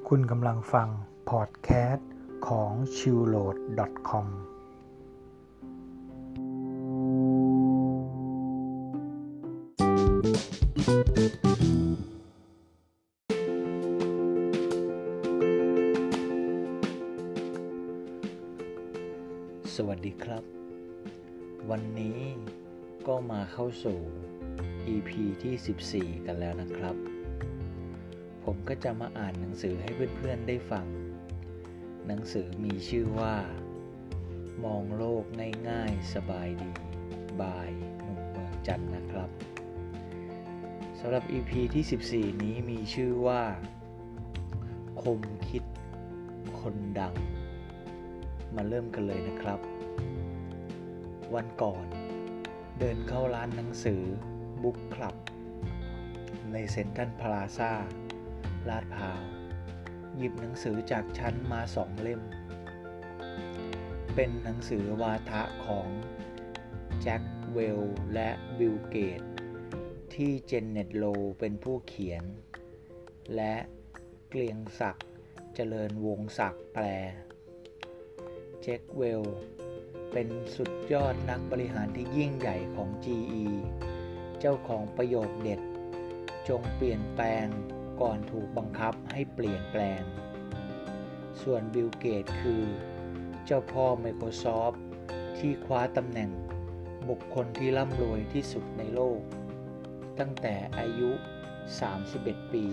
คุณกำลังฟังพอดแคสต์ของ chillload.com สวัสดีครับวันนี้ก็มาเข้าสู่ EP ที่14กันแล้วนะครับผมก็จะมาอ่านหนังสือให้เพื่อนๆได้ฟังหนังสือมีชื่อว่ามองโลกง่ายๆสบายดีบายหนุ่มเมืองจันทร์นะครับสำหรับ EP ที่14นี้มีชื่อว่าคมคิดคนดังมาเริ่มกันเลยนะครับวันก่อนเดินเข้าร้านหนังสือบุ๊กคลับในเซ็นทรัลพลาซ่าลาดพร้าวหยิบหนังสือจากชั้นมา2 เล่มเป็นหนังสือวาทะของแจ็คเวลและบิลเกตที่เจนเน็ตโลเป็นผู้เขียนและเกรียงศักดิ์เจริญวงศ์ศักดิ์แปลแจ็คเวลเป็นสุดยอดนักบริหารที่ยิ่งใหญ่ของ GE เจ้าของประโยคเด็ดจงเปลี่ยนแปลงก่อนถูกบังคับให้เปลี่ยนแปลงส่วนบิลเกตคือเจ้าพ่อ Microsoft ที่คว้าตำแหน่งบุคคลที่ร่ำรวยที่สุดในโลกตั้งแต่อายุ31 ปี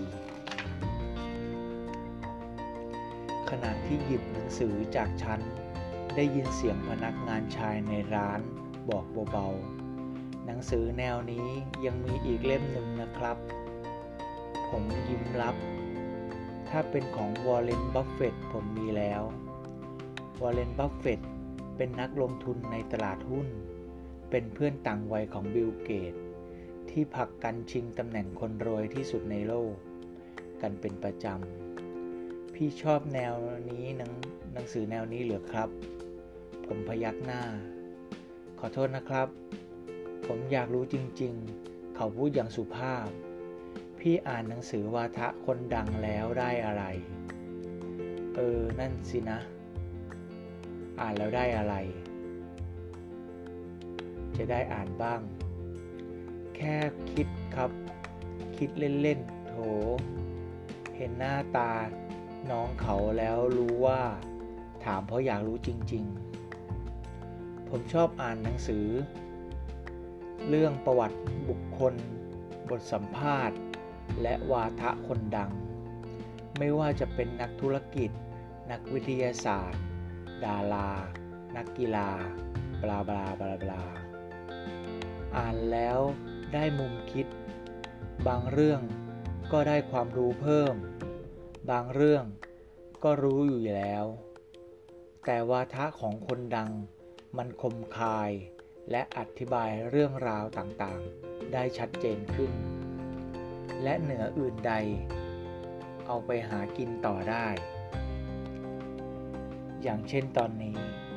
ขณะที่หยิบหนังสือจากชั้นได้ยินเสียงพนักงานชายในร้านบอกเบาๆหนังสือแนวนี้ยังมีอีกเล่มหนึ่งนะครับผมยิ้มรับถ้าเป็นของวอร์เรน บัฟเฟตต์ผมมีแล้ววอร์เรน บัฟเฟตต์เป็นนักลงทุนในตลาดหุ้นเป็นเพื่อนต่างวัยของบิลเกตที่ผลักกันชิงตำแหน่งคนรวยที่สุดในโลกกันเป็นประจำพี่ชอบแนวนี้หนังสือแนวนี้เหรอครับผมพยักหน้าขอโทษนะครับผมอยากรู้จริงๆเขาพูดอย่างสุภาพพี่อ่านหนังสือวาทะคนดังแล้วได้อะไรนั่นสินะอ่านแล้วได้อะไรจะได้อ่านบ้างแค่คิดครับคิดเล่นๆโถเห็นหน้าตาน้องเขาแล้วรู้ว่าถามเพราะอยากรู้จริงๆผมชอบอ่านหนังสือเรื่องประวัติบุคคลบทสัมภาษณ์และวาทะคนดังไม่ว่าจะเป็นนักธุรกิจนักวิทยาศาสตร์ดารานักกีฬาบลาบลาบลาบลาอ่านแล้วได้มุมคิดบางเรื่องก็ได้ความรู้เพิ่มบางเรื่องก็รู้อยู่แล้วแต่วาทะของคนดังมันคมคายและอธิบายเรื่องราวต่างๆได้ชัดเจนขึ้นและเหนืออื่นใดเอาไปหากินต่อได้อย่างเช่นตอนนี้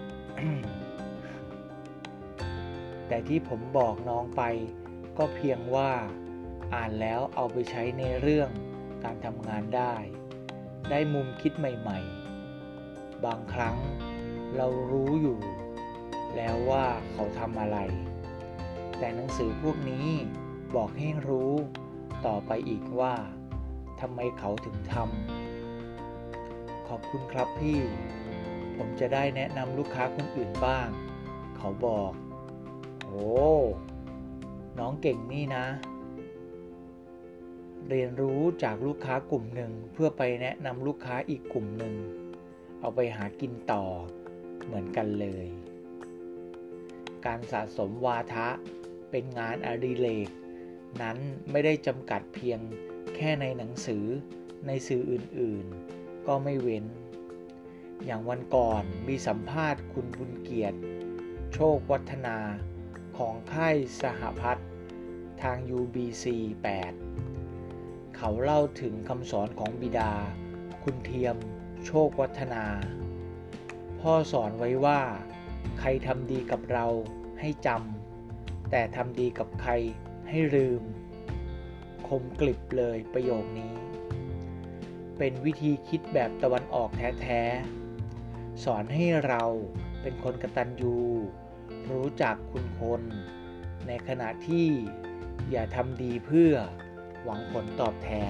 แต่ที่ผมบอกน้องไปก็เพียงว่าอ่านแล้วเอาไปใช้ในเรื่องการทำงานได้มุมคิดใหม่ๆบางครั้งเรารู้อยู่แล้วว่าเขาทำอะไรแต่หนังสือพวกนี้บอกให้รู้ต่อไปอีกว่าทำไมเขาถึงทำขอบคุณครับพี่ผมจะได้แนะนำลูกค้าคนอื่นบ้างเขาบอกโอ้น้องเก่งนี่นะเรียนรู้จากลูกค้ากลุ่มหนึ่งเพื่อไปแนะนำลูกค้าอีกกลุ่มหนึ่งเอาไปหากินต่อเหมือนกันเลยการสะสมวาทะเป็นงานอดิเรกนั้นไม่ได้จำกัดเพียงแค่ในหนังสือในสื่ออื่นๆก็ไม่เว้นอย่างวันก่อนมีสัมภาษณ์คุณบุญเกียรติโชควัฒนาของค่ายสหพัฒน์ทาง UBC 8เขาเล่าถึงคำสอนของบิดาคุณเทียมโชควัฒนาพ่อสอนไว้ว่าใครทำดีกับเราให้จำแต่ทำดีกับใครให้ลืมคมกลิบเลยประโยคนี้เป็นวิธีคิดแบบตะวันออกแท้ๆสอนให้เราเป็นคนกตัญญูรู้จักคุณคนในขณะที่อย่าทำดีเพื่อหวังผลตอบแทน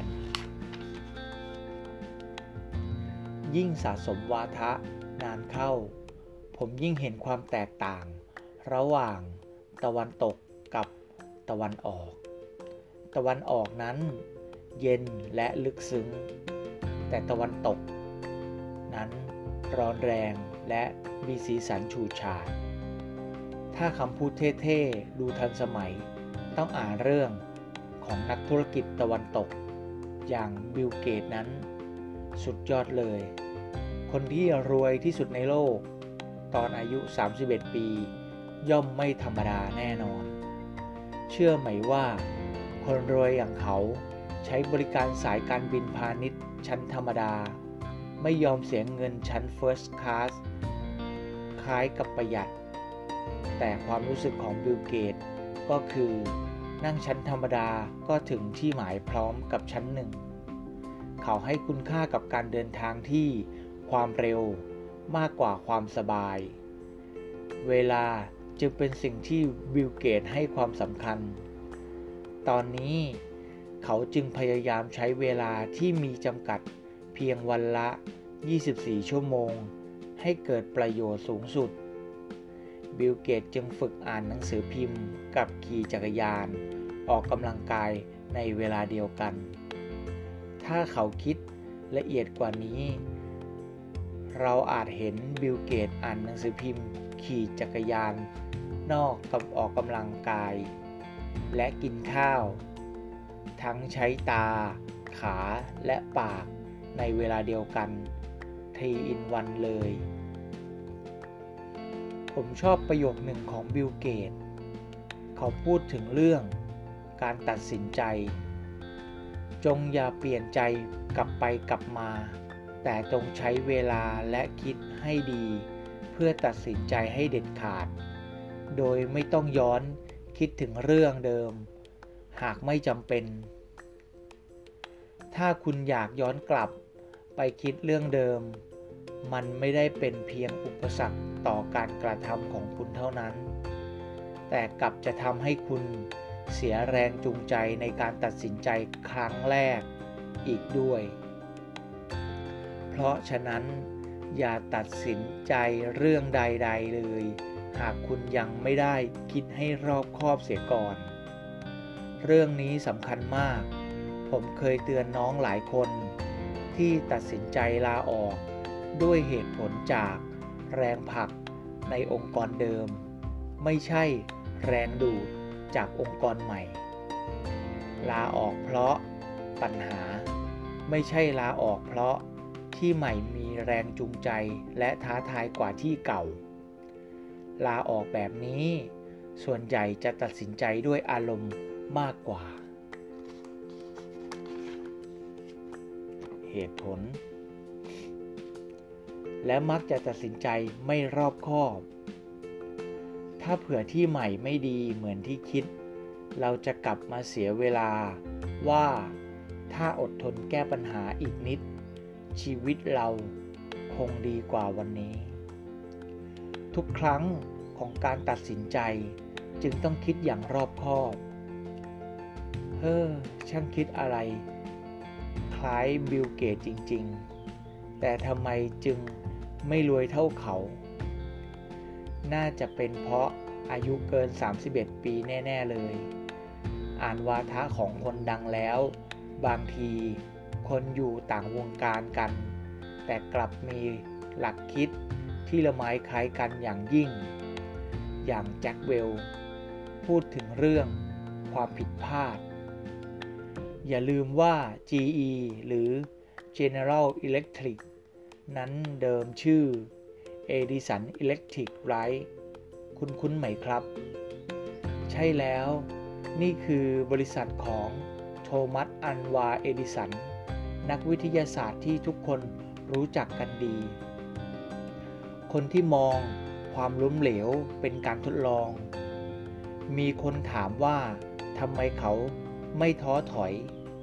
ยิ่งสะสมวาทะนานเข้าผมยิ่งเห็นความแตกต่างระหว่างตะวันตกกับตะวันออกตะวันออกนั้นเย็นและลึกซึ้งแต่ตะวันตกนั้นร้อนแรงและมีสีสันฉูดฉาดถ้าคำพูดเท่ๆดูทันสมัยต้องอ่านเรื่องของนักธุรกิจตะวันตกอย่างบิลเกตส์นั้นสุดยอดเลยคนที่รวยที่สุดในโลกตอนอายุ31ปีย่อมไม่ธรรมดาแน่นอนเชื่อไหมว่าคนรวยอย่างเขาใช้บริการสายการบินพาณิชย์ชั้นธรรมดาไม่ยอมเสียเงินชั้น First Class คล้ายกับประหยัดแต่ความรู้สึกของบิลเกตส์ก็คือนั่งชั้นธรรมดาก็ถึงที่หมายพร้อมกับชั้นหนึ่งเขาให้คุณค่ากับการเดินทางที่ความเร็วมากกว่าความสบายเวลาจึงเป็นสิ่งที่บิลเกตส์ให้ความสำคัญตอนนี้เขาจึงพยายามใช้เวลาที่มีจำกัดเพียงวันละ24ชั่วโมงให้เกิดประโยชน์สูงสุดบิลเกตส์จึงฝึกอ่านหนังสือพิมพ์กับขี่จักรยานออกกำลังกายในเวลาเดียวกันถ้าเขาคิดละเอียดกว่านี้เราอาจเห็นบิลเกตส์อ่านหนังสือพิมพ์ขี่จักรยานนอกกับออกกำลังกายและกินข้าวทั้งใช้ตาขาและปากในเวลาเดียวกัน3 in 1เลยผมชอบประโยคหนึ่งของบิลเกตส์เขาพูดถึงเรื่องการตัดสินใจจงอย่าเปลี่ยนใจกลับไปกลับมาแต่จงใช้เวลาและคิดให้ดีเพื่อตัดสินใจให้เด็ดขาดโดยไม่ต้องย้อนคิดถึงเรื่องเดิมหากไม่จำเป็นถ้าคุณอยากย้อนกลับไปคิดเรื่องเดิมมันไม่ได้เป็นเพียงอุปสรรคต่อการกระทำของคุณเท่านั้นแต่กลับจะทำให้คุณเสียแรงจูงใจในการตัดสินใจครั้งแรกอีกด้วยเพราะฉะนั้นอย่าตัดสินใจเรื่องใดๆเลยหากคุณยังไม่ได้คิดให้รอบคอบเสียก่อนเรื่องนี้สำคัญมากผมเคยเตือนน้องหลายคนที่ตัดสินใจลาออกด้วยเหตุผลจากแรงผลักในองค์กรเดิมไม่ใช่แรงดูดจากองค์กรใหม่ลาออกเพราะปัญหาไม่ใช่ลาออกเพราะที่ใหม่มีแรงจูงใจและท้าทายกว่าที่เก่าลาออกแบบนี้ส่วนใหญ่จะตัดสินใจด้วยอารมณ์มากกว่าเหตุผลและมักจะตัดสินใจไม่รอบคอบถ้าเผื่อที่ใหม่ไม่ดีเหมือนที่คิดเราจะกลับมาเสียเวลาว่าถ้าอดทนแก้ปัญหาอีกนิดชีวิตเราคงดีกว่าวันนี้ทุกครั้งของการตัดสินใจจึงต้องคิดอย่างรอบคอบช่างคิดอะไรคล้ายบิลเกตส์จริงๆแต่ทำไมจึงไม่รวยเท่าเขาน่าจะเป็นเพราะอายุเกิน31ปีแน่ๆเลยอ่านวาทะของคนดังแล้วบางทีคนอยู่ต่างวงการกันแต่กลับมีหลักคิดที่ละไม้คล้ายกันอย่างยิ่งอย่างแจ็คเวลพูดถึงเรื่องความผิดพลาดอย่าลืมว่า GE หรือ General Electric นั้นเดิมชื่อ Edison Electric Light คุ้นๆไหมครับใช่แล้วนี่คือบริษัทของโทมัส อัลวา เอดิสันนักวิทยาศาสตร์ที่ทุกคนรู้จักกันดีคนที่มองความล้มเหลวเป็นการทดลองมีคนถามว่าทำไมเขาไม่ท้อถอย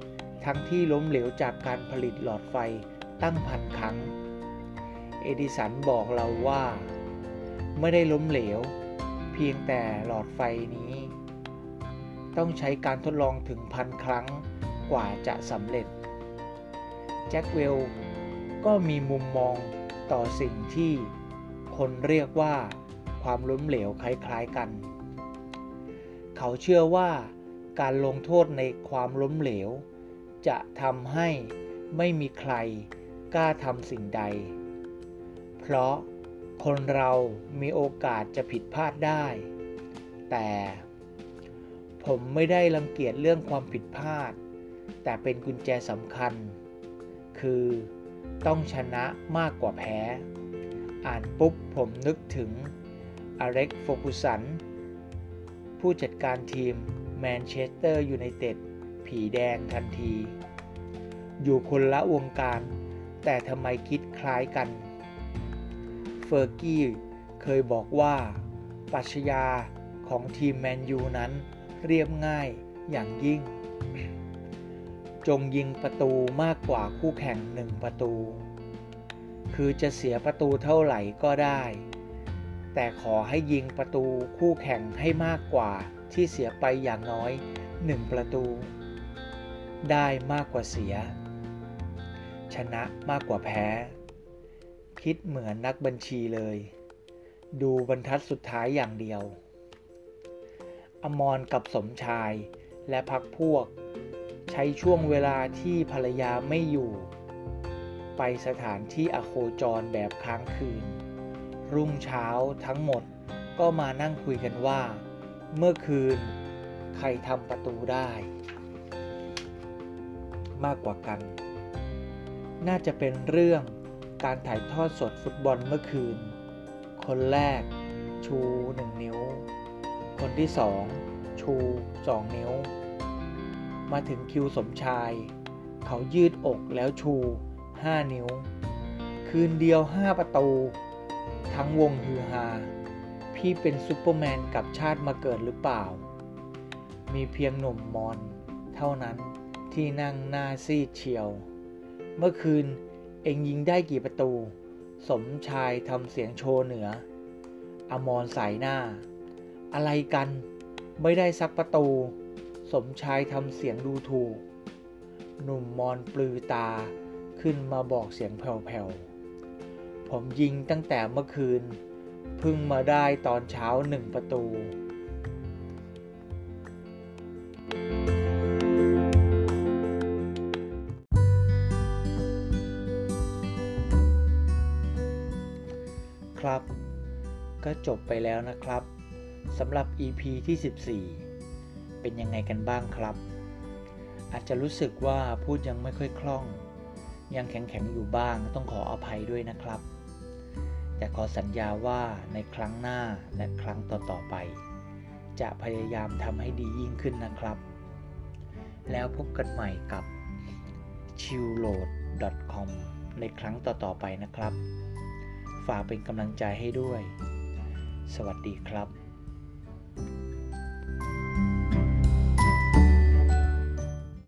ทั้งที่ล้มเหลวจากการผลิตหลอดไฟตั้งพันครั้งเอดิสันบอกเราว่าไม่ได้ล้มเหลวเพียงแต่หลอดไฟนี้ต้องใช้การทดลองถึง1,000 ครั้งกว่าจะสำเร็จแจ็คเวลก็มีมุมมองต่อสิ่งที่คนเรียกว่าความล้มเหลวคล้ายๆกันเขาเชื่อว่าการลงโทษในความล้มเหลวจะทำให้ไม่มีใครกล้าทำสิ่งใดเพราะคนเรามีโอกาสจะผิดพลาดได้แต่ผมไม่ได้รังเกียจเรื่องความผิดพลาดแต่เป็นกุญแจสำคัญคือต้องชนะมากกว่าแพ้อ่านปุ๊บผมนึกถึงอเล็กซ์ เฟอร์กูสันผู้จัดการทีมแมนเชสเตอร์ยูไนเต็ดผีแดงทันทีอยู่คนละวงการแต่ทำไมคิดคล้ายกันเฟอร์กี้เคยบอกว่าปรัชญาของทีมแมนยูนั้นเรียบง่ายอย่างยิ่งจงยิงประตูมากกว่าคู่แข่ง1 ประตูคือจะเสียประตูเท่าไหร่ก็ได้แต่ขอให้ยิงประตูคู่แข่งให้มากกว่าที่เสียไปอย่างน้อย1 ประตูได้มากกว่าเสียชนะมากกว่าแพ้คิดเหมือนนักบัญชีเลยดูบรรทัดสุดท้ายอย่างเดียวอมรกับสมชายและพรรคพวกใช้ช่วงเวลาที่ภรรยาไม่อยู่ไปสถานที่อโคจรแบบค้างคืนรุ่งเช้าทั้งหมดก็มานั่งคุยกันว่าเมื่อคืนใครทำประตูได้มากกว่ากันน่าจะเป็นเรื่องการถ่ายทอดสดฟุตบอลเมื่อคืนคนแรกชู1 นิ้วคนที่2ชู2 นิ้วมาถึงคิวสมชายเขายืดอกแล้วชู5 นิ้วคืนเดียว5 ประตูทั้งวงฮือฮาพี่เป็นซุปเปอร์แมนกับชาติมาเกิดหรือเปล่ามีเพียงหนุ่มมอนเท่านั้นที่นั่งหน้าซีดเฉียวเมื่อคืนเอ็งยิงได้กี่ประตูสมชายทำเสียงโชว์เหนืออมรสายหน้าอะไรกันไม่ได้สักประตูสมชายทำเสียงดูถูกหนุ่มมอนปลือตาขึ้นมาบอกเสียงแผ่วๆผมยิงตั้งแต่เมื่อคืนเพิ่งมาได้ตอนเช้า1 ประตูครับก็จบไปแล้วนะครับสำหรับ EP ที่14เป็นยังไงกันบ้างครับอาจจะรู้สึกว่าพูดยังไม่ค่อยคล่องยังแข็งๆอยู่บ้างต้องขออภัยด้วยนะครับแต่ขอสัญญาว่าในครั้งหน้าและครั้งต่อๆไปจะพยายามทำให้ดียิ่งขึ้นนะครับแล้วพบกันใหม่กับ chillload.com ในครั้งต่อๆไปนะครับฝากเป็นกำลังใจให้ด้วยสวัสดีครับ